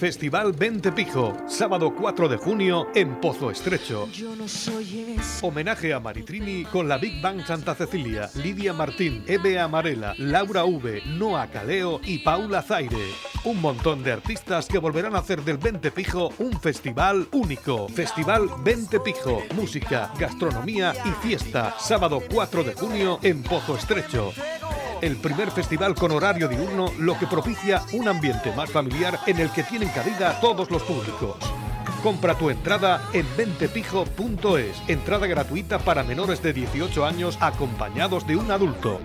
Festival Vente Pijo, sábado 4 de junio en Pozo Estrecho. Homenaje a Maritrini con la Big Bang Santa Cecilia, Lidia Martín, Eve Amarela, Laura V, Noa Caleo y Paula Zaire. Un montón de artistas que volverán a hacer del Vente Pijo un festival único. Festival Vente Pijo, música, gastronomía y fiesta. Sábado 4 de junio en Pozo Estrecho. El primer festival con horario diurno, lo que propicia un ambiente más familiar en el que tienen cabida todos los públicos. Compra tu entrada en ventepijo.es. Entrada gratuita para menores de 18 años acompañados de un adulto.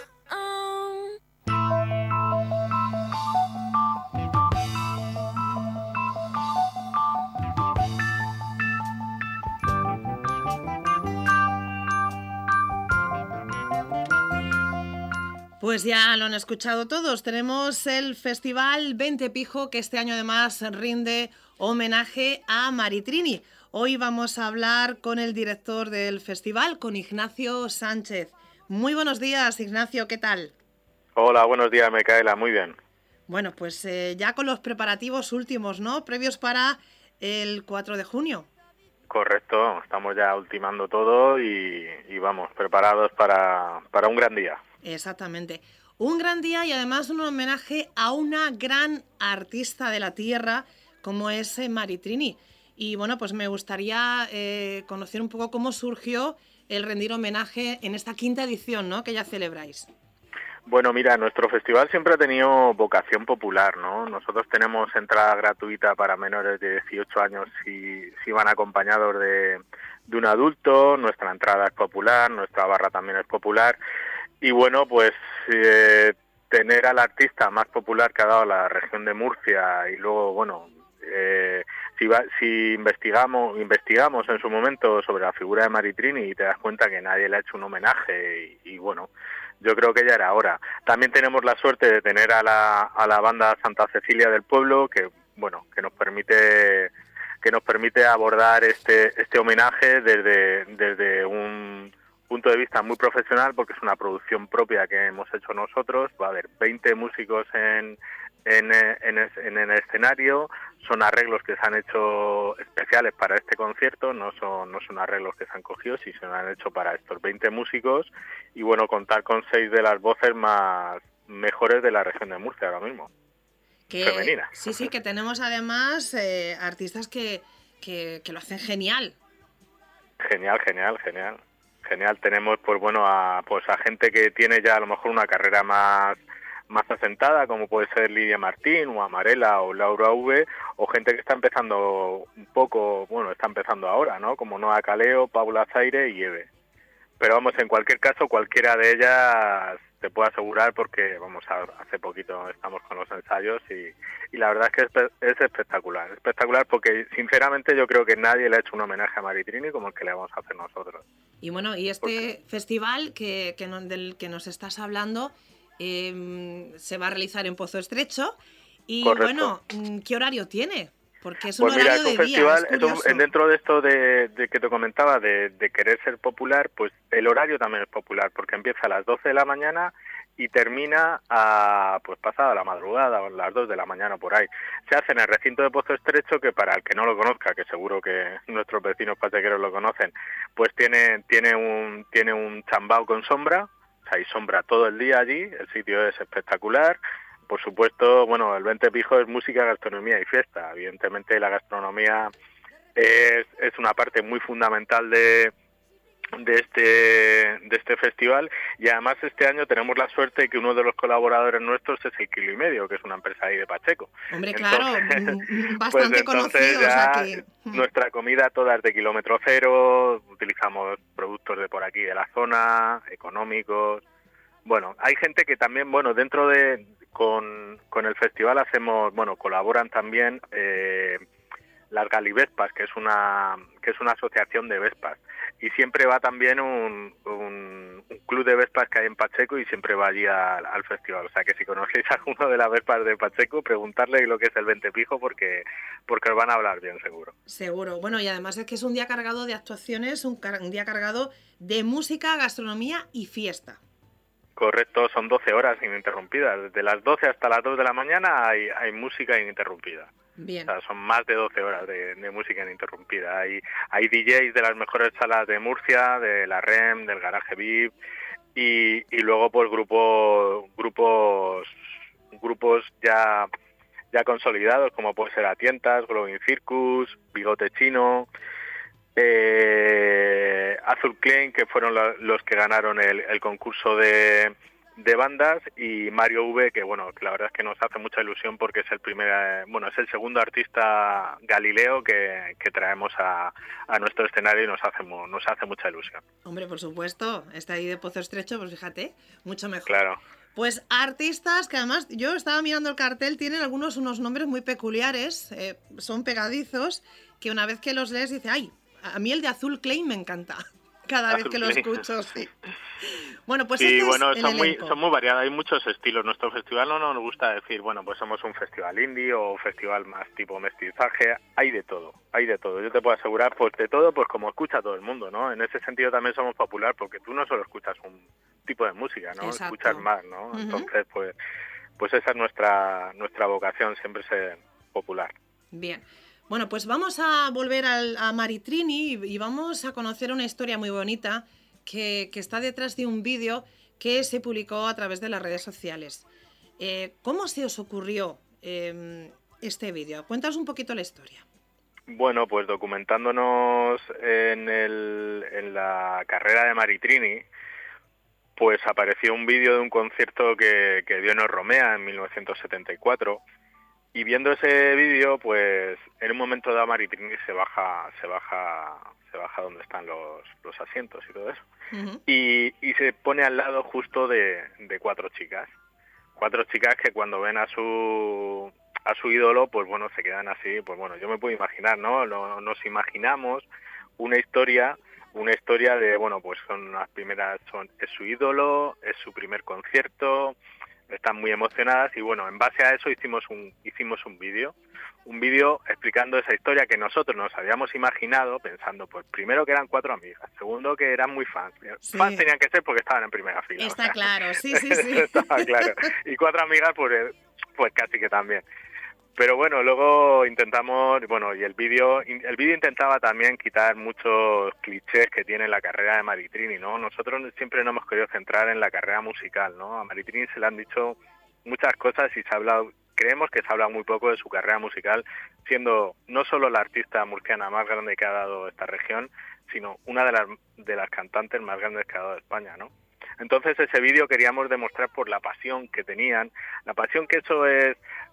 Pues ya lo han escuchado todos, tenemos el Festival Vente Pijo, que este año además rinde homenaje a Maritrini. Hoy vamos a hablar con el director del festival, con Ignacio Sánchez. Muy buenos días, Ignacio, ¿qué tal? Hola, buenos días, Micaela, muy bien. Bueno, pues ya con los preparativos últimos, ¿no? Previos para el 4 de junio. Correcto, estamos ya ultimando todo y vamos, preparados para un gran día. Exactamente. Un gran día y además un homenaje a una gran artista de la tierra como es Maritrini. Y bueno, pues me gustaría conocer un poco cómo surgió el rendir homenaje en esta quinta edición, ¿no?, que ya celebráis. Bueno, mira, nuestro festival siempre ha tenido vocación popular, ¿no? Nosotros tenemos entrada gratuita para menores de 18 años si van acompañados de un adulto, nuestra entrada es popular, nuestra barra también es popular. Y bueno, pues tener al artista más popular que ha dado la región de Murcia y luego, bueno, si investigamos en su momento sobre la figura de Maritrini y te das cuenta que nadie le ha hecho un homenaje y bueno, yo creo que ya era hora. También tenemos la suerte de tener a la banda Santa Cecilia del pueblo que, bueno, que nos permite abordar este homenaje desde un punto de vista muy profesional, porque es una producción propia que hemos hecho nosotros. Va a haber 20 músicos en el escenario, son arreglos que se han hecho especiales para este concierto, no son arreglos que se han cogido, sino se han hecho para estos 20 músicos, y bueno, contar con 6 de las voces más mejores de la región de Murcia ahora mismo, femeninas. Sí, que tenemos además artistas que lo hacen genial. Genial. Tenemos pues bueno a gente que tiene ya a lo mejor una carrera más asentada, como puede ser Lidia Martín o Amarela o Laura V, o gente que está empezando un poco, bueno, está empezando ahora, ¿no? Como Noa Caleo, Paula Zaire y Eve. Pero vamos, en cualquier caso, cualquiera de ellas te puedo asegurar, porque vamos, hace poquito estamos con los ensayos y la verdad es que es espectacular porque sinceramente yo creo que nadie le ha hecho un homenaje a Maritrini como el que le vamos a hacer nosotros. Y bueno, y este festival del que nos estás hablando se va a realizar en Pozo Estrecho y Correcto. Bueno, ¿qué horario tiene? Porque es un pues horario mira, es de un festival, día, dentro de esto de que te comentaba, de querer ser popular, pues el horario también es popular, porque empieza a las 12 de la mañana y termina pues pasada la madrugada, o a las 2 de la mañana por ahí. Se hace en el recinto de Pozo Estrecho, que para el que no lo conozca, que seguro que nuestros vecinos pachequeros lo conocen, pues tiene un chambao con sombra, o sea, hay sombra todo el día allí, el sitio es espectacular. Por supuesto, bueno, el Vente Pijo es música, gastronomía y fiesta. Evidentemente la gastronomía es una parte muy fundamental de este festival, y además este año tenemos la suerte de que uno de los colaboradores nuestros es el Kilo y Medio, que es una empresa ahí de Pacheco. Hombre, entonces, claro, bastante conocido. Ya O sea que nuestra comida toda es de kilómetro cero, utilizamos productos de por aquí de la zona, económicos. Bueno, hay gente que también, bueno, dentro de con el festival colaboran también las Galivespas, que es una asociación de vespas, y siempre va también un club de vespas que hay en Pacheco y siempre va allí al festival. O sea que si conocéis a alguno de las vespas de Pacheco, preguntarle lo que es el Vente Pijo, porque os van a hablar bien, seguro. Seguro. Bueno, y además es que es un día cargado de actuaciones, un día cargado de música, gastronomía y fiesta. Correcto, son 12 horas ininterrumpidas. Desde las 12 hasta las 2 de la mañana hay música ininterrumpida. Bien. O sea, son más de 12 horas de música ininterrumpida. Hay DJs de las mejores salas de Murcia, de la REM, del Garaje VIP, y luego pues grupos ya consolidados, como puede ser Atientas, Glowing Circus, Bigote Chino, Azul Klein, que fueron los que ganaron el concurso de bandas, y Mario V, que bueno, que la verdad es que nos hace mucha ilusión porque es es el segundo artista Galileo que traemos a nuestro escenario, y nos hace mucha ilusión. Hombre, por supuesto, está ahí de Pozo Estrecho, pues fíjate, mucho mejor. Claro. Pues artistas que además, yo estaba mirando el cartel, tienen unos nombres muy peculiares, son pegadizos, que una vez que los lees dices, ay, a mí el de Azul Klein me encanta. Cada vez que lo escucho, sí. Bueno, pues sí, bueno, son muy variados, hay muchos estilos. Nuestro festival no nos gusta decir, bueno, pues somos un festival indie o festival más tipo mestizaje, hay de todo. Yo te puedo asegurar, pues de todo, pues como escucha todo el mundo, ¿no? En ese sentido también somos popular, porque tú no solo escuchas un tipo de música, ¿no? Exacto. Escuchas más, ¿no? Uh-huh. Entonces, pues esa es nuestra vocación, siempre ser popular. Bien. Bueno, pues vamos a volver a Maritrini y vamos a conocer una historia muy bonita que está detrás de un vídeo que se publicó a través de las redes sociales. ¿Cómo se os ocurrió este vídeo? Cuéntanos un poquito la historia. Bueno, pues documentándonos en la carrera de Maritrini, pues apareció un vídeo de un concierto que dio en Romea en 1974. Y viendo ese vídeo, pues en un momento dado Maritrini se baja donde están los asientos y todo eso. Uh-huh. Y se pone al lado justo de 4 chicas. 4 chicas que cuando ven a su ídolo, pues bueno, se quedan así. Pues bueno, yo me puedo imaginar, ¿no? Nos imaginamos una historia de, bueno, pues son las primeras, es su ídolo, es su primer concierto, están muy emocionadas, y bueno, en base a eso hicimos un vídeo explicando esa historia que nosotros nos habíamos imaginado, pensando, pues primero que eran 4 amigas, segundo que eran muy fans. Sí. Fans tenían que ser porque estaban en primera fila. Está claro, sí. Estaba claro. Y 4 amigas, pues casi que también. Pero bueno, luego intentamos, y el vídeo intentaba también quitar muchos clichés que tiene la carrera de Maritrini, ¿no? Nosotros siempre nos hemos querido centrar en la carrera musical, ¿no? A Maritrini se le han dicho muchas cosas y creemos que se habla muy poco de su carrera musical, siendo no solo la artista murciana más grande que ha dado esta región, sino una de las cantantes más grandes que ha dado España, ¿no? Entonces ese vídeo queríamos demostrar por la pasión que tenían, la pasión que eso es,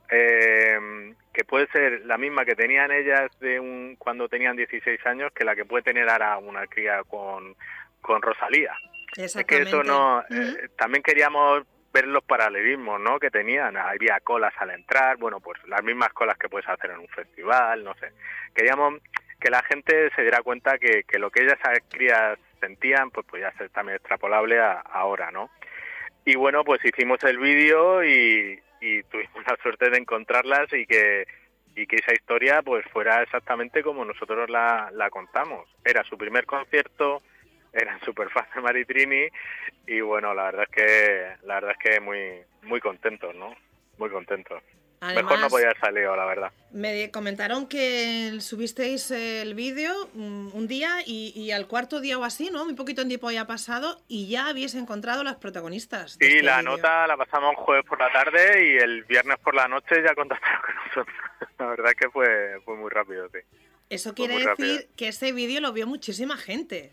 que puede ser la misma que tenían ellas cuando tenían 16 años que la que puede tener ahora una cría con Rosalía. Exactamente. Es que eso no, también queríamos ver los paralelismos, ¿no?, que tenían. Había colas al entrar, bueno, pues las mismas colas que puedes hacer en un festival, no sé. Queríamos que la gente se diera cuenta que lo que ellas crías sentían, pues podía ser también extrapolable a ahora, ¿no? Y bueno, pues hicimos el vídeo y tuvimos la suerte de encontrarlas y que esa historia pues fuera exactamente como nosotros la contamos. Era su primer concierto, eran súper fans de Maritrini, y bueno, la verdad es que muy, muy contentos, ¿no? Muy contentos. Además, mejor no podía haber salido, la verdad. Me comentaron que subisteis el vídeo un día y al cuarto día o así, ¿no? Muy poquito en tiempo había pasado y ya habéis encontrado las protagonistas. Sí, la nota la pasamos un jueves por la tarde y el viernes por la noche ya contactaron con nosotros. La verdad es que fue muy rápido, sí. Eso quiere decir que ese vídeo lo vio muchísima gente.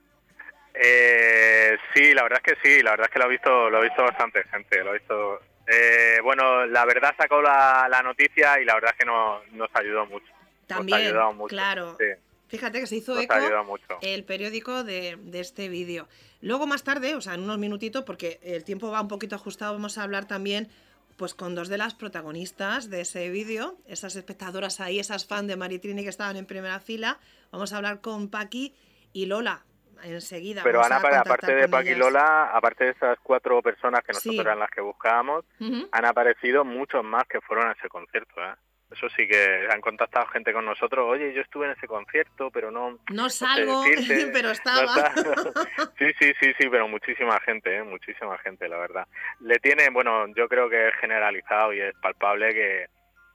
Sí, la verdad es que sí, la verdad es que lo ha visto bastante gente, lo ha visto. Bueno, la verdad sacó la noticia y la verdad es que nos ayudó mucho. También, nos ayudó mucho, claro. Sí. Fíjate que se hizo eco el periódico de este vídeo. Luego más tarde, o sea, en unos minutitos, porque el tiempo va un poquito ajustado, vamos a hablar también pues con 2 de las protagonistas de ese vídeo, esas espectadoras ahí, esas fans de Maritrini que estaban en primera fila. Vamos a hablar con Paqui y Lola. Enseguida. Pero Ana, aparte de Paqui y Lola, aparte de esas 4 personas que nosotros eran las que buscábamos, han aparecido muchos más que fueron a ese concierto, ¿eh? Eso sí, que han contactado gente con nosotros. Oye, yo estuve en ese concierto, pero no salgo, pero estaba. Sí, pero muchísima gente, la verdad. Yo creo que es generalizado y es palpable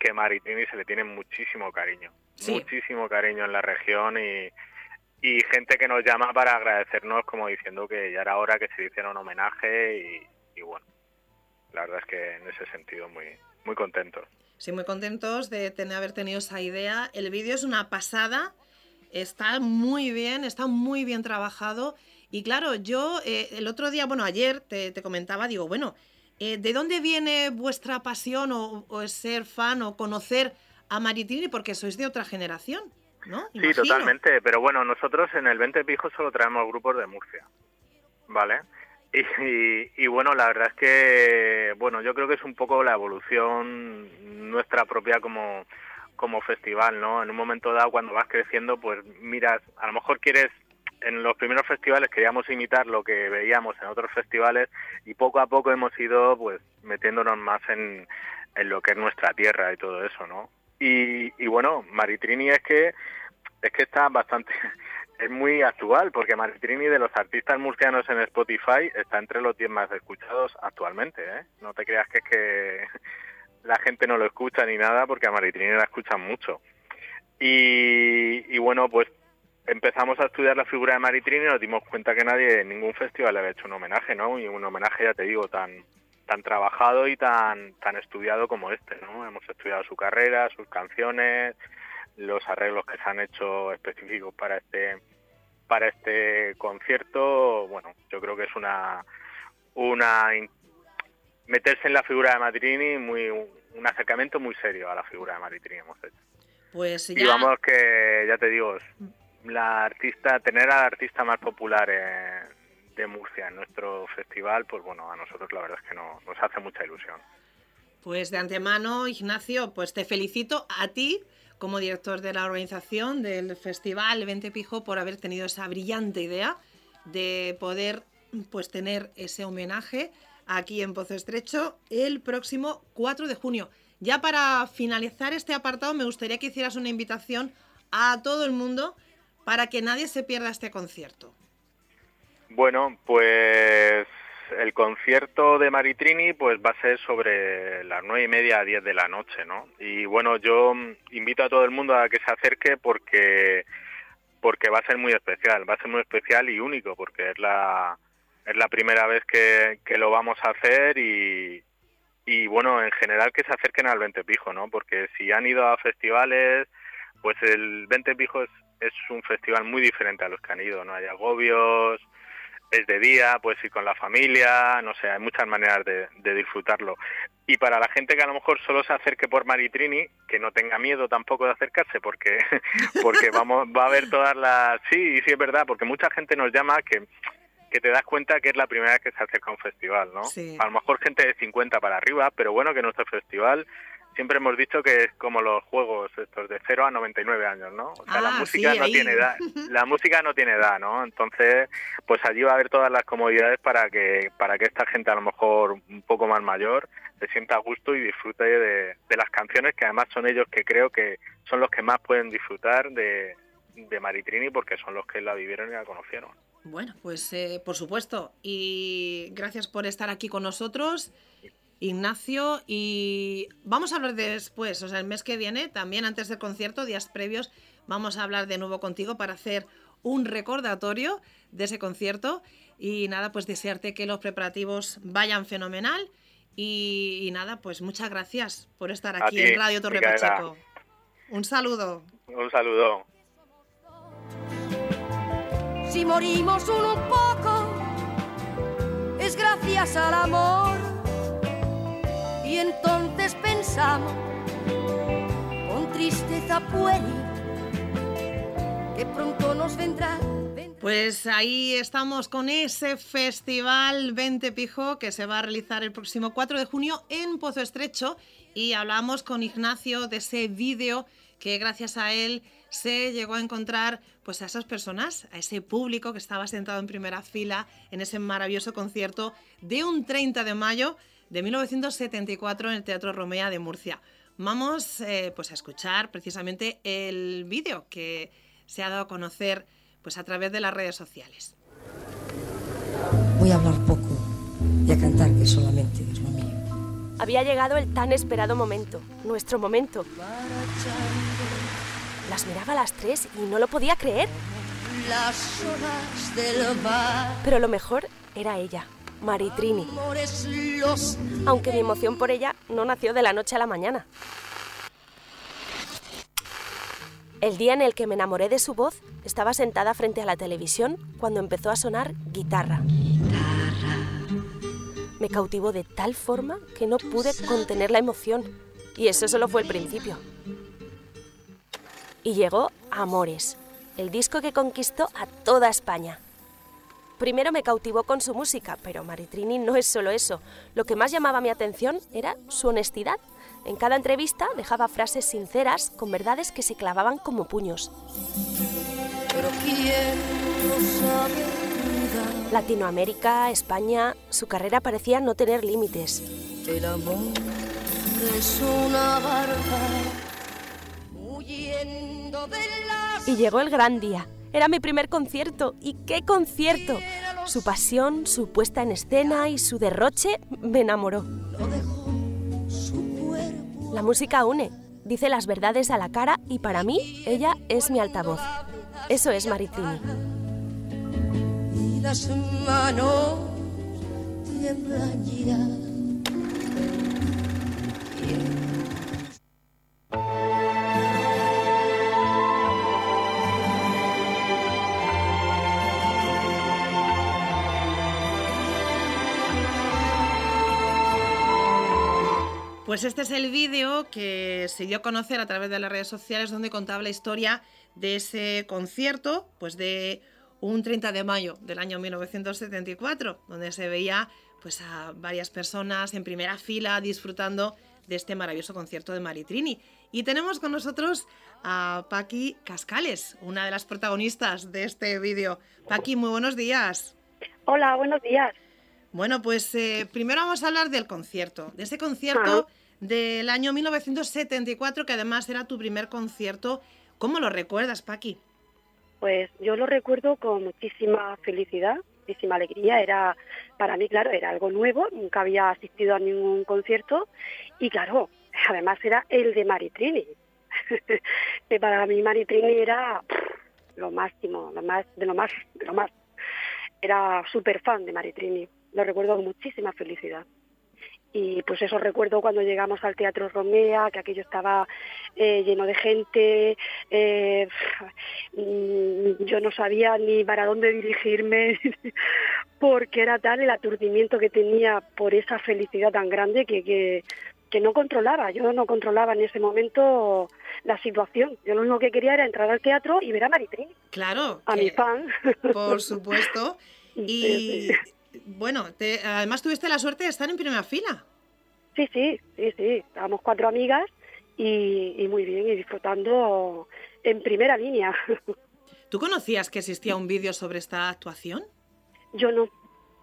que Maritrini se le tiene muchísimo cariño, muchísimo cariño en la región y gente que nos llama para agradecernos, como diciendo que ya era hora que se le hiciera un homenaje y bueno, la verdad es que en ese sentido muy contentos. Sí, muy contentos de haber tenido esa idea. El vídeo es una pasada, está muy bien trabajado. Y claro, yo el otro día, ayer te comentaba, digo, ¿de dónde viene vuestra pasión o ser fan o conocer a Maritrini? Porque sois de otra generación, ¿no? Imagino. Sí, totalmente, pero bueno, nosotros en el 20 Pijos solo traemos grupos de Murcia, ¿vale? Y bueno, la verdad es que, yo creo que es un poco la evolución nuestra propia como festival, ¿no? En un momento dado, cuando vas creciendo, pues miras, a lo mejor en los primeros festivales queríamos imitar lo que veíamos en otros festivales y poco a poco hemos ido, pues, metiéndonos más en lo que es nuestra tierra y todo eso, ¿no? Y bueno, Maritrini es que está bastante... Es muy actual, porque Maritrini, de los artistas murcianos en Spotify, está entre los 10 más escuchados actualmente, ¿eh? No te creas que es que la gente no lo escucha ni nada, porque a Maritrini la escuchan mucho. Y bueno, pues empezamos a estudiar la figura de Maritrini y nos dimos cuenta que ningún festival le había hecho un homenaje, ¿no? Y un homenaje, ya te digo, tan trabajado y tan estudiado como este, ¿no? Hemos estudiado su carrera, sus canciones, los arreglos que se han hecho específicos para este concierto. Bueno, yo creo que es meterse en la figura de Maritrini, un acercamiento muy serio a la figura de Maritrini hemos hecho. Pues ya... Y vamos, que ya te digo, tener al artista más popular de Murcia en nuestro festival, pues bueno, a nosotros la verdad es que nos hace mucha ilusión. Pues de antemano, Ignacio, pues te felicito a ti como director de la organización del Festival 20 Pijo por haber tenido esa brillante idea de poder, pues, tener ese homenaje aquí en Pozo Estrecho el próximo 4 de junio. Ya para finalizar este apartado, me gustaría que hicieras una invitación a todo el mundo para que nadie se pierda este concierto. Bueno, pues el concierto de Maritrini pues va a ser sobre las 9:30 a 10 de la noche, ¿no? Y bueno, yo invito a todo el mundo a que se acerque porque va a ser muy especial y único, porque es la primera vez que lo vamos a hacer y bueno, en general que se acerquen al 20 Pijo, ¿no? Porque si han ido a festivales, pues el 20 Pijo es un festival muy diferente a los que han ido, no hay agobios, es de día, puedes ir con la familia, no sé, hay muchas maneras de disfrutarlo. Y para la gente que a lo mejor solo se acerque por Maritrini, que no tenga miedo tampoco de acercarse, porque va a haber todas las... Sí, es verdad, porque mucha gente nos llama que te das cuenta que es la primera vez que se acerca a un festival, ¿no? Sí. A lo mejor gente de 50 para arriba, pero bueno, que nuestro festival... Siempre hemos dicho que es como los juegos estos de 0 a 99 años, ¿no? O sea, la música no tiene edad. La música no tiene edad, ¿no? Entonces, pues allí va a haber todas las comodidades para que esta gente a lo mejor un poco más mayor se sienta a gusto y disfrute de las canciones, que además son ellos que creo que son los que más pueden disfrutar de Maritrini, porque son los que la vivieron y la conocieron. Bueno, pues por supuesto. Y gracias por estar aquí con nosotros, Ignacio, y vamos a hablar después, o sea, el mes que viene, también antes del concierto, días previos, vamos a hablar de nuevo contigo para hacer un recordatorio de ese concierto. Y nada, pues desearte que los preparativos vayan fenomenal y nada, pues muchas gracias por estar aquí en Radio Torre Pacheco. Un saludo. Un saludo. Si morimos un poco, es gracias al amor. Y entonces pensamos con tristeza pueril que pronto nos vendrá. Pues ahí estamos con ese Festival 20 Pijo que se va a realizar el próximo 4 de junio en Pozo Estrecho, y hablamos con Ignacio de ese vídeo que gracias a él se llegó a encontrar pues a esas personas, a ese público que estaba sentado en primera fila en ese maravilloso concierto de un 30 de mayo de 1974 en el Teatro Romea de Murcia. Vamos pues a escuchar precisamente el vídeo que se ha dado a conocer pues a través de las redes sociales. Voy a hablar poco y a cantar, que solamente es lo mío. Había llegado el tan esperado momento, nuestro momento. Las miraba a las tres y no lo podía creer. Pero lo mejor era ella, Maritrini. Aunque mi emoción por ella no nació de la noche a la mañana. El día en el que me enamoré de su voz, estaba sentada frente a la televisión cuando empezó a sonar Guitarra. Me cautivó de tal forma que no pude contener la emoción, y eso solo fue el principio. Y llegó Amores, el disco que conquistó a toda España. Primero me cautivó con su música, pero Maritrini no es solo eso. Lo que más llamaba mi atención era su honestidad. En cada entrevista dejaba frases sinceras con verdades que se clavaban como puños. Latinoamérica, España, su carrera parecía no tener límites. El amor es una barca huyendo de las... Y llegó el gran día. Era mi primer concierto. ¿Y qué concierto? Su pasión, su puesta en escena y su derroche me enamoró. La música une, dice las verdades a la cara y para mí ella es mi altavoz. Eso es Maritrini. Y las manos tiemblan ya. Pues este es el vídeo que se dio a conocer a través de las redes sociales, donde contaba la historia de ese concierto, pues de un 30 de mayo del año 1974, donde se veía pues a varias personas en primera fila disfrutando de este maravilloso concierto de Maritrini. Y tenemos con nosotros a Paqui Cascales, una de las protagonistas de este vídeo. Paqui, muy buenos días. Hola, buenos días. Bueno, pues primero vamos a hablar del concierto, de ese concierto del año 1974, que además era tu primer concierto. ¿Cómo lo recuerdas, Paqui? Pues yo lo recuerdo con muchísima felicidad, muchísima alegría. Era, para mí, claro, era algo nuevo, nunca había asistido a ningún concierto y, claro, además era el de Maritrini. Que para mí Maritrini era lo máximo, lo más. Era súper fan de Maritrini. Lo recuerdo con muchísima felicidad. Y pues eso recuerdo cuando llegamos al Teatro Romea, que aquello estaba lleno de gente. Yo no sabía ni para dónde dirigirme, porque era tal el aturdimiento que tenía por esa felicidad tan grande que no controlaba. Yo no controlaba en ese momento la situación. Yo lo único que quería era entrar al teatro y ver a Maritrini. Claro. A mi fan. Por supuesto. Y... Sí. Bueno, además tuviste la suerte de estar en primera fila. Sí. Estábamos 4 amigas y muy bien, y disfrutando en primera línea. ¿Tú conocías que existía un vídeo sobre esta actuación? Yo no.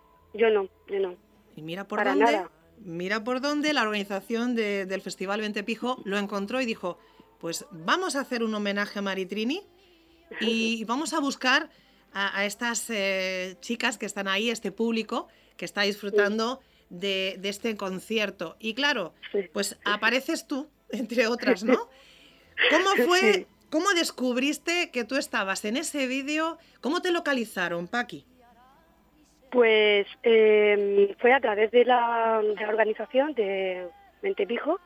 Y mira por Para dónde, nada. Mira por dónde la organización del Festival Ventepijo lo encontró y dijo, pues vamos a hacer un homenaje a Maritrini y vamos a buscar a estas chicas que están ahí, este público que está disfrutando de este concierto. Y claro, pues apareces tú, entre otras, ¿no? ¿Cómo fue? Sí. ¿Cómo descubriste que tú estabas en ese vídeo? ¿Cómo te localizaron, Paqui? Pues fue a través de la organización de Ventepijo,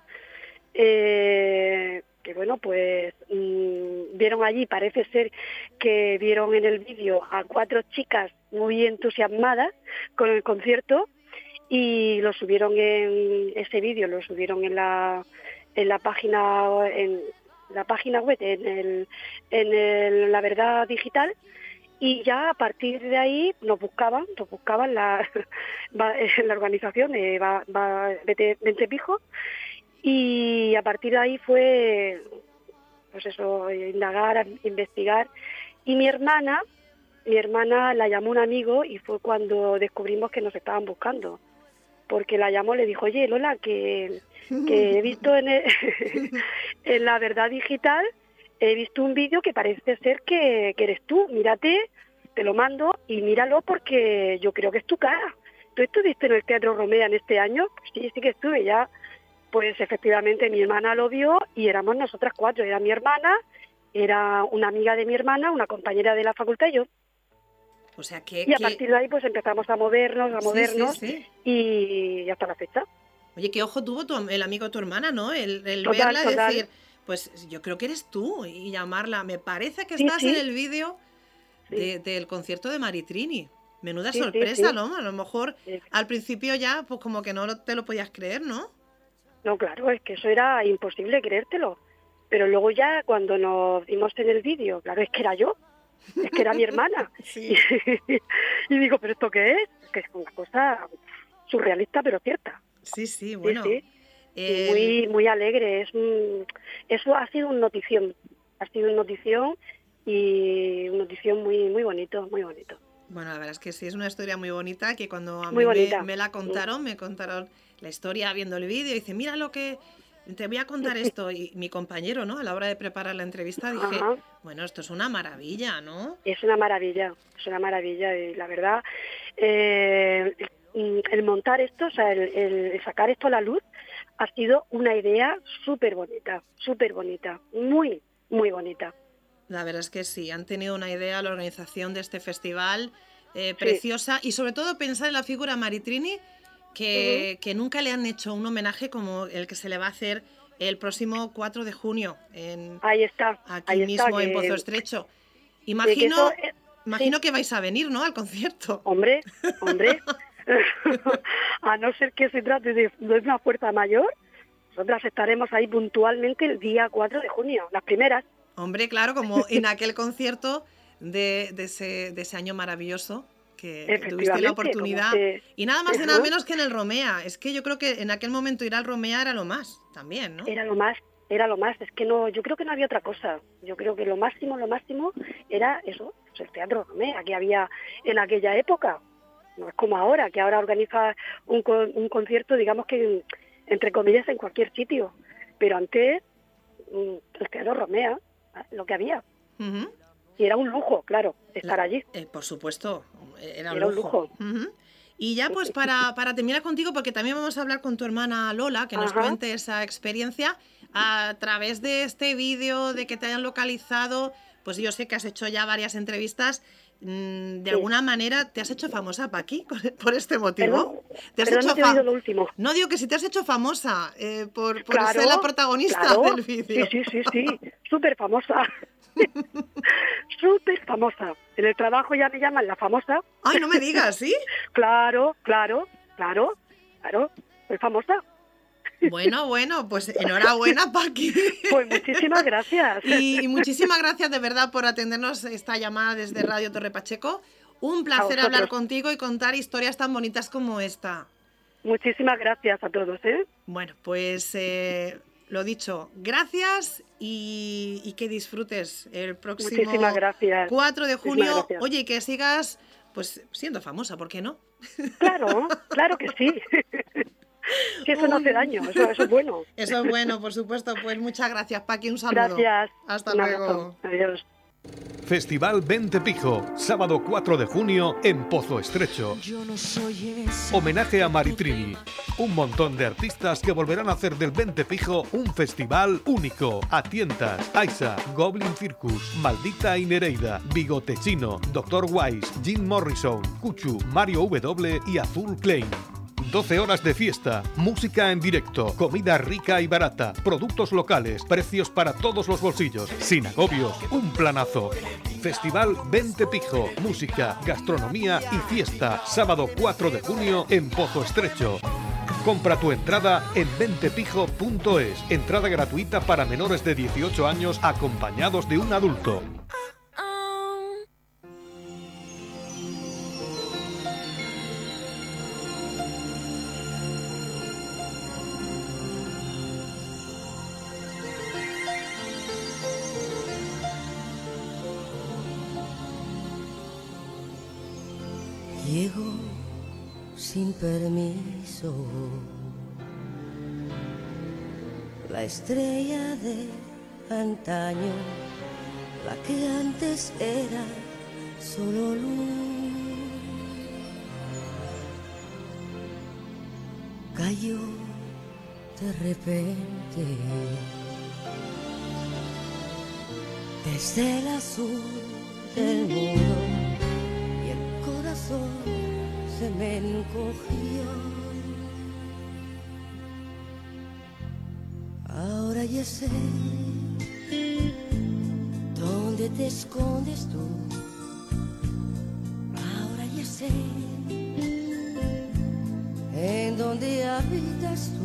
que bueno, pues vieron allí, parece ser que vieron en el vídeo a 4 chicas muy entusiasmadas con el concierto y lo subieron en ese vídeo, lo subieron en la página web, en La Verdad Digital. Y ya a partir de ahí nos buscaban la organización de Ventepijo, y a partir de ahí fue, pues eso, indagar, investigar. Y mi hermana la llamó un amigo y fue cuando descubrimos que nos estaban buscando. Porque la llamó, le dijo, oye, Lola, que he visto en La Verdad Digital, he visto un vídeo que parece ser que eres tú, mírate, te lo mando y míralo porque yo creo que es tu cara. ¿Tú estuviste en el Teatro Romea en este año? Pues sí que estuve, ya Pues efectivamente mi hermana lo vio y éramos nosotras 4. Era mi hermana, era una amiga de mi hermana, una compañera de la facultad y yo. O sea que... Y a partir de ahí pues empezamos a movernos Sí. y hasta la fecha. Oye, qué ojo tuvo el amigo de tu hermana, ¿no? El Total, verla y total. decir, pues yo creo que eres tú, y llamarla. Me parece que Sí, estás sí. en el vídeo Sí. del concierto de Maritrini. Menuda Sí, sorpresa, sí. ¿no? A lo mejor Sí. al principio ya, pues como que no te lo podías creer, ¿no? No, claro, es que eso era imposible creértelo. Pero luego ya cuando nos vimos en el vídeo, claro, es que era yo, es que era mi hermana. Sí. Y digo, ¿pero esto qué es? Que es una cosa surrealista pero cierta. Sí, bueno. Sí. Muy, muy alegre. Eso ha sido una notición. Ha sido una notición y una notición muy, muy bonito, muy bonito. Bueno, la verdad es que sí, es una historia muy bonita, que cuando a Muy mí bonita. me la contaron, me contaron la historia viendo el vídeo, y dice, mira lo que... Te voy a contar esto. Y mi compañero, ¿no? A la hora de preparar la entrevista dije, Ajá. bueno, esto es una maravilla, ¿no? Es una maravilla y la verdad, el montar esto, o sea, el sacar esto a la luz ha sido una idea súper bonita, muy, muy bonita. La verdad es que sí, han tenido una idea la organización de este festival preciosa, y sobre todo pensar en la figura Maritrini, que nunca le han hecho un homenaje como el que se le va a hacer el próximo 4 de junio Ahí está, aquí mismo en Pozo Estrecho. Imagino que vais a venir, ¿no?, al concierto. Hombre, a no ser que se trate de una fuerza mayor, nosotras estaremos ahí puntualmente el día 4 de junio, las primeras. Hombre, claro, como en aquel concierto de ese año maravilloso que tuviste la oportunidad. Y nada más y nada menos que en el Romea. Es que yo creo que en aquel momento ir al Romea era lo más también, ¿no? Era lo más. Es que no, yo creo que no había otra cosa. Yo creo que lo máximo era eso, pues el Teatro Romea que había en aquella época. No es como ahora, que ahora organiza un concierto, digamos que entre comillas en cualquier sitio. Pero antes, el Teatro Romea, lo que había. Uh-huh. Y era un lujo, claro, estar allí. Por supuesto, era un lujo. Uh-huh. Y ya pues para terminar contigo, porque también vamos a hablar con tu hermana Lola, que nos cuente esa experiencia a través de este vídeo, de que te hayan localizado. Pues yo sé que has hecho ya varias entrevistas. De alguna manera te has hecho famosa, Paqui, por este motivo. No te he oído lo último. No, digo que si te has hecho famosa por claro, ser la protagonista del vídeo. Sí, súper famosa. Súper famosa. En el trabajo ya me llaman la famosa. Ay, no me digas, ¿sí? Claro. Soy famosa. Bueno, pues enhorabuena, Paqui. Pues muchísimas gracias. Y muchísimas gracias de verdad por atendernos esta llamada desde Radio Torre Pacheco. Un placer hablar contigo y contar historias tan bonitas como esta. Muchísimas gracias a todos, ¿eh? Bueno, pues lo dicho, gracias y que disfrutes el próximo 4 de junio. Oye, y que sigas pues siendo famosa, ¿por qué no? Claro que sí. Si eso no hace daño, eso es bueno. Eso es bueno, por supuesto. Pues muchas gracias, Paqui, un saludo. Gracias. Hasta luego. Adiós. Festival Vente Pijo, sábado 4 de junio en Pozo Estrecho. Homenaje a Maritrini. Un montón de artistas que volverán a hacer del Vente Pijo un festival único. Atientas, Aisa, Goblin Circus, Maldita y Nereida, Bigote Chino, Dr. Wise, Jim Morrison, Cuchu, Mario W y Azul Klein. 12 horas de fiesta, música en directo, comida rica y barata, productos locales, precios para todos los bolsillos, sin agobios, un planazo. Festival Vente Pijo, música, gastronomía y fiesta, sábado 4 de junio en Pozo Estrecho. Compra tu entrada en ventepijo.es, entrada gratuita para menores de 18 años acompañados de un adulto. Llego sin permiso, la estrella de antaño, la que antes era solo luz, cayó de repente, desde el azul del muro, y el corazón se me encogió. Ahora ya sé dónde te escondes tú. Ahora ya sé en dónde habitas tú,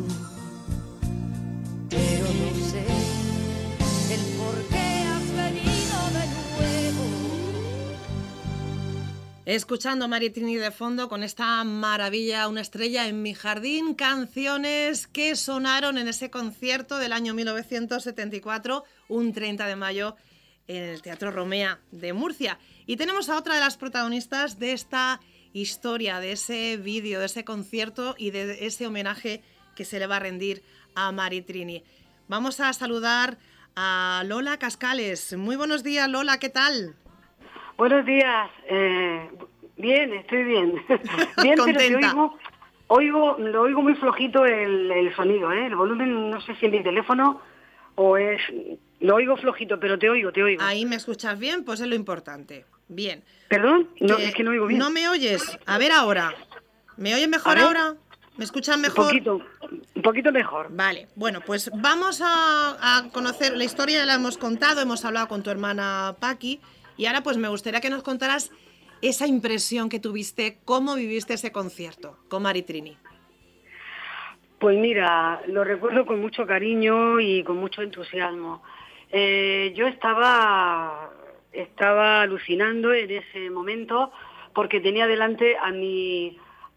pero no sé el por qué has venido de nuevo. Escuchando a Maritrini de fondo con esta maravilla, Una estrella en mi jardín, canciones que sonaron en ese concierto del año 1974, un 30 de mayo, en el Teatro Romea de Murcia. Y tenemos a otra de las protagonistas de esta historia, de ese vídeo, de ese concierto y de ese homenaje que se le va a rendir a Maritrini. Vamos a saludar a Lola Cascales. Muy buenos días, Lola, ¿qué tal? Buenos días. Bien, estoy bien. Bien, Contenta. Pero lo oigo muy flojito el sonido, ¿eh? El volumen, no sé si en mi teléfono o es... Lo oigo flojito, pero te oigo. Ahí me escuchas bien, pues es lo importante. Bien. ¿Perdón? No, es que no oigo bien. ¿No me oyes? A ver ahora. ¿Me oyes mejor ahora? ¿Me escuchan mejor? Un poquito mejor. Vale, bueno, pues vamos a conocer la historia, la hemos contado, hemos hablado con tu hermana Paqui, y ahora pues me gustaría que nos contaras esa impresión que tuviste, cómo viviste ese concierto con Maritrini. Pues mira, lo recuerdo con mucho cariño y con mucho entusiasmo. Yo estaba alucinando en ese momento porque tenía delante a mi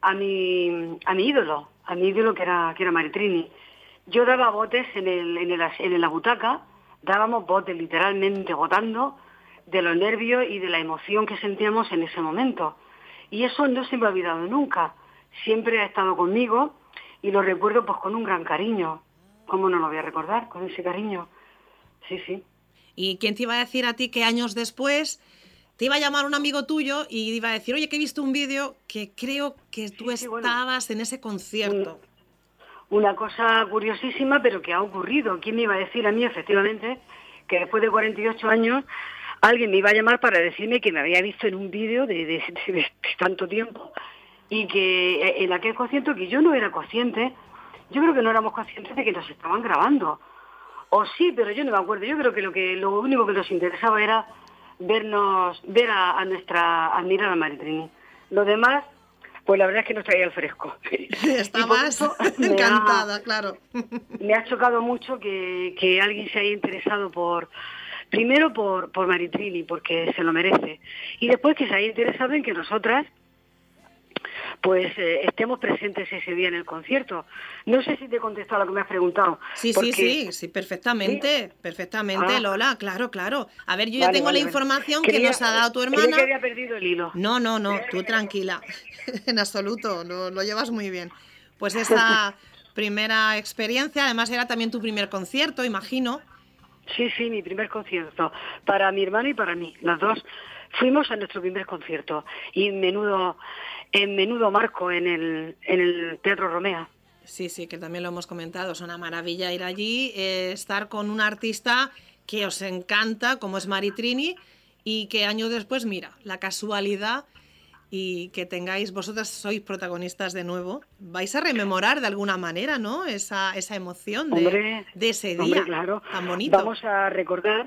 ídolo que era Maritrini. Yo daba botes en la butaca, dábamos botes literalmente botando de los nervios y de la emoción que sentíamos en ese momento. Y eso no se me ha olvidado nunca. Siempre ha estado conmigo y lo recuerdo pues con un gran cariño. ¿Cómo no lo voy a recordar con ese cariño? Sí. ¿Y quién te iba a decir a ti que años después te iba a llamar un amigo tuyo y iba a decir, oye, que he visto un vídeo que creo que tú estabas en ese concierto? Una cosa curiosísima, pero que ha ocurrido. ¿Quién me iba a decir a mí, efectivamente, que después de 48 años alguien me iba a llamar para decirme que me había visto en un vídeo de tanto tiempo y que en aquel concierto que yo no era consciente, yo creo que no éramos conscientes de que nos estaban grabando. O sí, pero yo no me acuerdo. Yo creo que lo único que nos interesaba era ver a nuestra admirada Maritrini. Lo demás, pues la verdad es que nos traía al fresco. Estabas encantada, claro. Me ha chocado mucho que alguien se haya interesado primero por Maritrini, porque se lo merece. Y después que se haya interesado en que nosotras pues estemos presentes ese día en el concierto. No sé si te he contestado a lo que me has preguntado. Sí, perfectamente, ¿sí? Perfectamente, Lola, claro. A ver, yo ya tengo la información que nos ha dado tu hermana. Creía que había perdido el hilo. No, tú tranquila, en absoluto, lo llevas muy bien. Pues esa primera experiencia, además era también tu primer concierto, imagino. Sí, mi primer concierto, para mi hermana y para mí, las dos. Fuimos a nuestro primer concierto y en menudo marco en el Teatro Romea. Sí, que también lo hemos comentado, es una maravilla ir allí, estar con un artista que os encanta, como es Maritrini, y que años después, mira, la casualidad y que tengáis, vosotras sois protagonistas de nuevo, vais a rememorar de alguna manera, ¿no? Esa emoción de ese día, claro, tan bonito. Vamos a recordar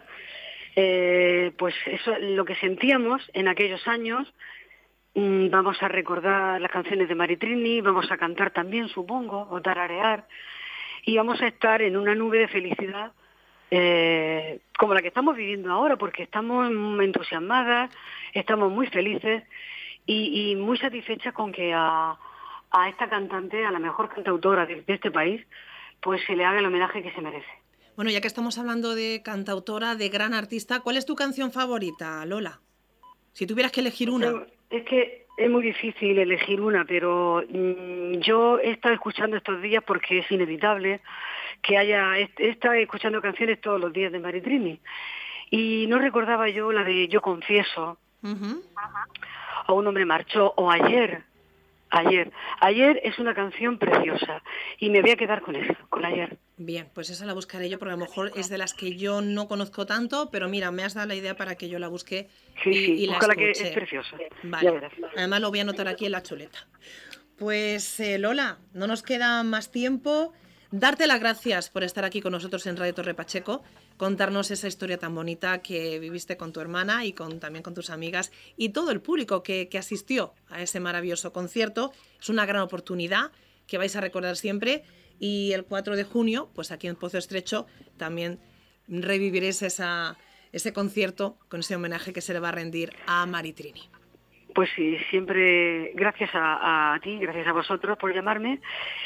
pues eso, lo que sentíamos en aquellos años. Vamos a recordar las canciones de Maritrini, vamos a cantar también, supongo, o tararear, y vamos a estar en una nube de felicidad como la que estamos viviendo ahora, porque estamos entusiasmadas, estamos muy felices y muy satisfechas con que a esta cantante, a la mejor cantautora de este país, pues se le haga el homenaje que se merece. Bueno, ya que estamos hablando de cantautora, de gran artista, ¿cuál es tu canción favorita, Lola? Si tuvieras que elegir una. Es que es muy difícil elegir una, pero yo he estado escuchando estos días porque es inevitable que he estado escuchando canciones todos los días de Maritrini. Y no recordaba yo la de Yo confieso, o Un hombre marchó, o Ayer Ayer es una canción preciosa y me voy a quedar con eso, con Ayer. Bien, pues esa la buscaré yo porque a lo mejor es de las que yo no conozco tanto, pero mira, me has dado la idea para que yo la busque y la escuche. Que es preciosa. Vale, además lo voy a anotar aquí en la chuleta. Pues Lola, no nos queda más tiempo. Darte las gracias por estar aquí con nosotros en Radio Torre Pacheco, contarnos esa historia tan bonita que viviste con tu hermana y también con tus amigas y todo el público que asistió a ese maravilloso concierto. Es una gran oportunidad que vais a recordar siempre y el 4 de junio, pues aquí en Pozo Estrecho, también reviviréis ese concierto con ese homenaje que se le va a rendir a Maritrini. Pues sí, siempre gracias a ti, gracias a vosotros por llamarme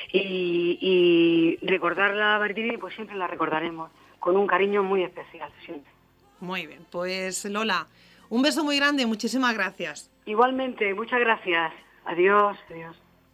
y recordarla a Maritrini, pues siempre la recordaremos con un cariño muy especial, siempre. Muy bien, pues Lola, un beso muy grande, muchísimas gracias. Igualmente, muchas gracias. Adiós, adiós.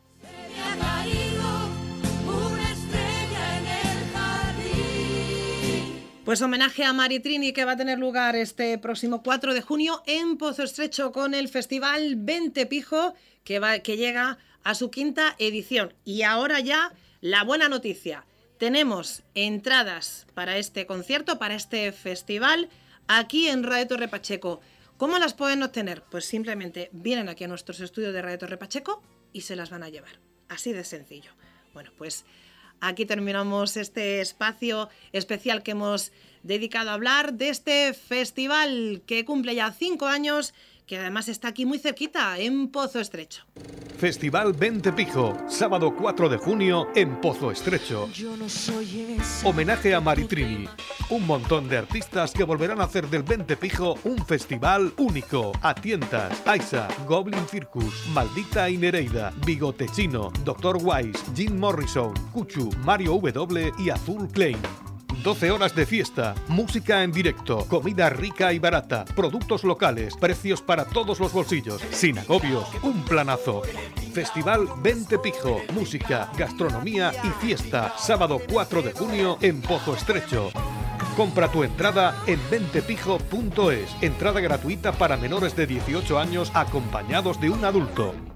Pues homenaje a Maritrini que va a tener lugar este próximo 4 de junio en Pozo Estrecho con el festival Vente Pijo que llega a su 5ª edición. Y ahora ya la buena noticia. Tenemos entradas para este concierto, para este festival aquí en Radio Torre Pacheco. ¿Cómo las pueden obtener? Pues simplemente vienen aquí a nuestros estudios de Radio Torre Pacheco y se las van a llevar. Así de sencillo. Bueno, pues aquí terminamos este espacio especial que hemos dedicado a hablar de este festival que cumple ya 5 años, que además está aquí muy cerquita, en Pozo Estrecho. Festival Vente Pijo, sábado 4 de junio en Pozo Estrecho. Homenaje a Maritrini. Un montón de artistas que volverán a hacer del Vente Pijo un festival único. Atientas, Aisa, Goblin Circus, Maldita y Nereida, Bigote Chino, Dr. Wise, Jim Morrison, Cuchu, Mario W y Azul Klein. 12 horas de fiesta, música en directo, comida rica y barata, productos locales, precios para todos los bolsillos, sin agobios, un planazo. Festival Vente Pijo, música, gastronomía y fiesta, sábado 4 de junio en Pozo Estrecho. Compra tu entrada en ventepijo.es, entrada gratuita para menores de 18 años acompañados de un adulto.